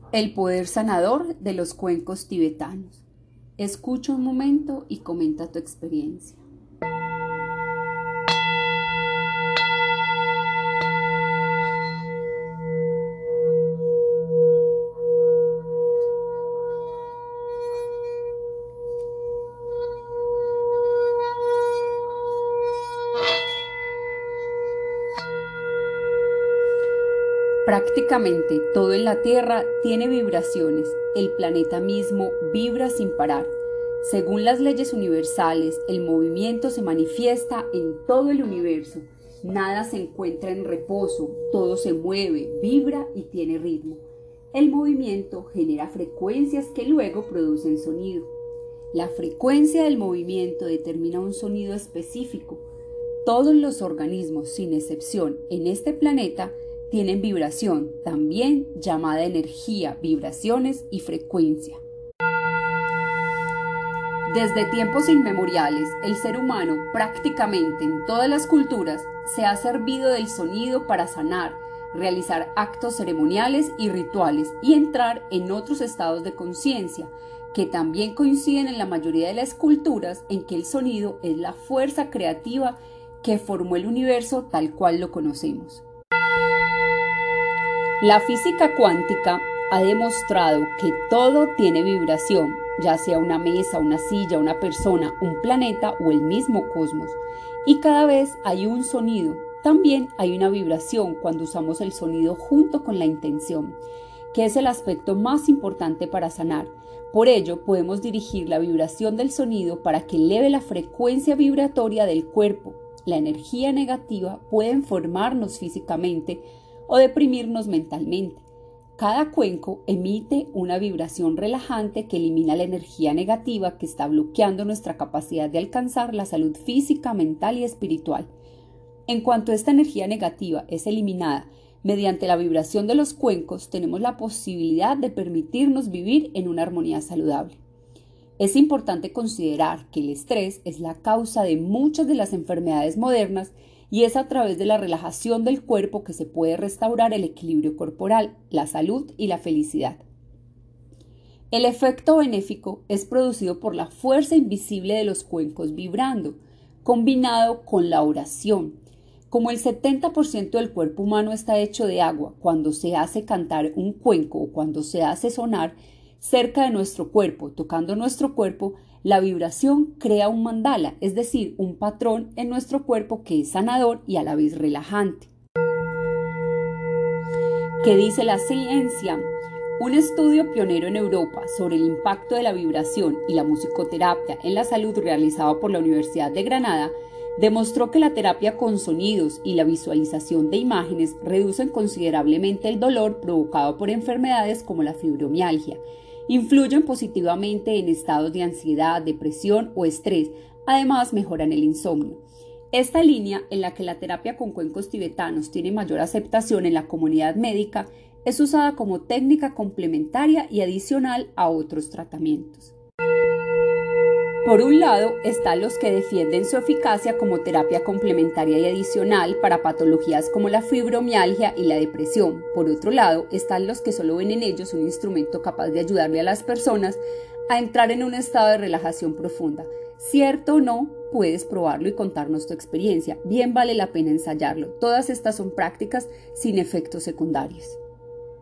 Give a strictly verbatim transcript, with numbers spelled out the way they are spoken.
El poder sanador de los cuencos tibetanos. Escucha un momento y comenta tu experiencia. Prácticamente todo en la Tierra tiene vibraciones, el planeta mismo vibra sin parar. Según las leyes universales, el movimiento se manifiesta en todo el universo. Nada se encuentra en reposo, todo se mueve, vibra y tiene ritmo. El movimiento genera frecuencias que luego producen sonido. La frecuencia del movimiento determina un sonido específico. Todos los organismos, sin excepción, en este planeta tienen vibración, también llamada energía, vibraciones y frecuencia. Desde tiempos inmemoriales, el ser humano, prácticamente en todas las culturas, se ha servido del sonido para sanar, realizar actos ceremoniales y rituales y entrar en otros estados de conciencia, que también coinciden en la mayoría de las culturas en que el sonido es la fuerza creativa que formó el universo tal cual lo conocemos. La física cuántica ha demostrado que todo tiene vibración, ya sea una mesa, una silla, una persona, un planeta o el mismo cosmos. Y cada vez hay un sonido. También hay una vibración cuando usamos el sonido junto con la intención, que es el aspecto más importante para sanar. Por ello, podemos dirigir la vibración del sonido para que eleve la frecuencia vibratoria del cuerpo. La energía negativa puede enfermarnos físicamente o deprimirnos mentalmente. Cada cuenco emite una vibración relajante que elimina la energía negativa que está bloqueando nuestra capacidad de alcanzar la salud física, mental y espiritual. En cuanto esta energía negativa es eliminada mediante la vibración de los cuencos, tenemos la posibilidad de permitirnos vivir en una armonía saludable. Es importante considerar que el estrés es la causa de muchas de las enfermedades modernas y es a través de la relajación del cuerpo que se puede restaurar el equilibrio corporal, la salud y la felicidad. El efecto benéfico es producido por la fuerza invisible de los cuencos vibrando, combinado con la oración. Como el setenta por ciento del cuerpo humano está hecho de agua, cuando se hace cantar un cuenco o cuando se hace sonar cerca de nuestro cuerpo, tocando nuestro cuerpo, la vibración crea un mandala, es decir, un patrón en nuestro cuerpo que es sanador y a la vez relajante. ¿Qué dice la ciencia? Un estudio pionero en Europa sobre el impacto de la vibración y la musicoterapia en la salud realizado por la Universidad de Granada demostró que la terapia con sonidos y la visualización de imágenes reducen considerablemente el dolor provocado por enfermedades como la fibromialgia. Influyen positivamente en estados de ansiedad, depresión o estrés, además mejoran el insomnio. Esta línea, en la que la terapia con cuencos tibetanos tiene mayor aceptación en la comunidad médica, es usada como técnica complementaria y adicional a otros tratamientos. Por un lado están los que defienden su eficacia como terapia complementaria y adicional para patologías como la fibromialgia y la depresión. Por otro lado están los que solo ven en ellos un instrumento capaz de ayudarle a las personas a entrar en un estado de relajación profunda. Cierto o no, puedes probarlo y contarnos tu experiencia. Bien vale la pena ensayarlo. Todas estas son prácticas sin efectos secundarios.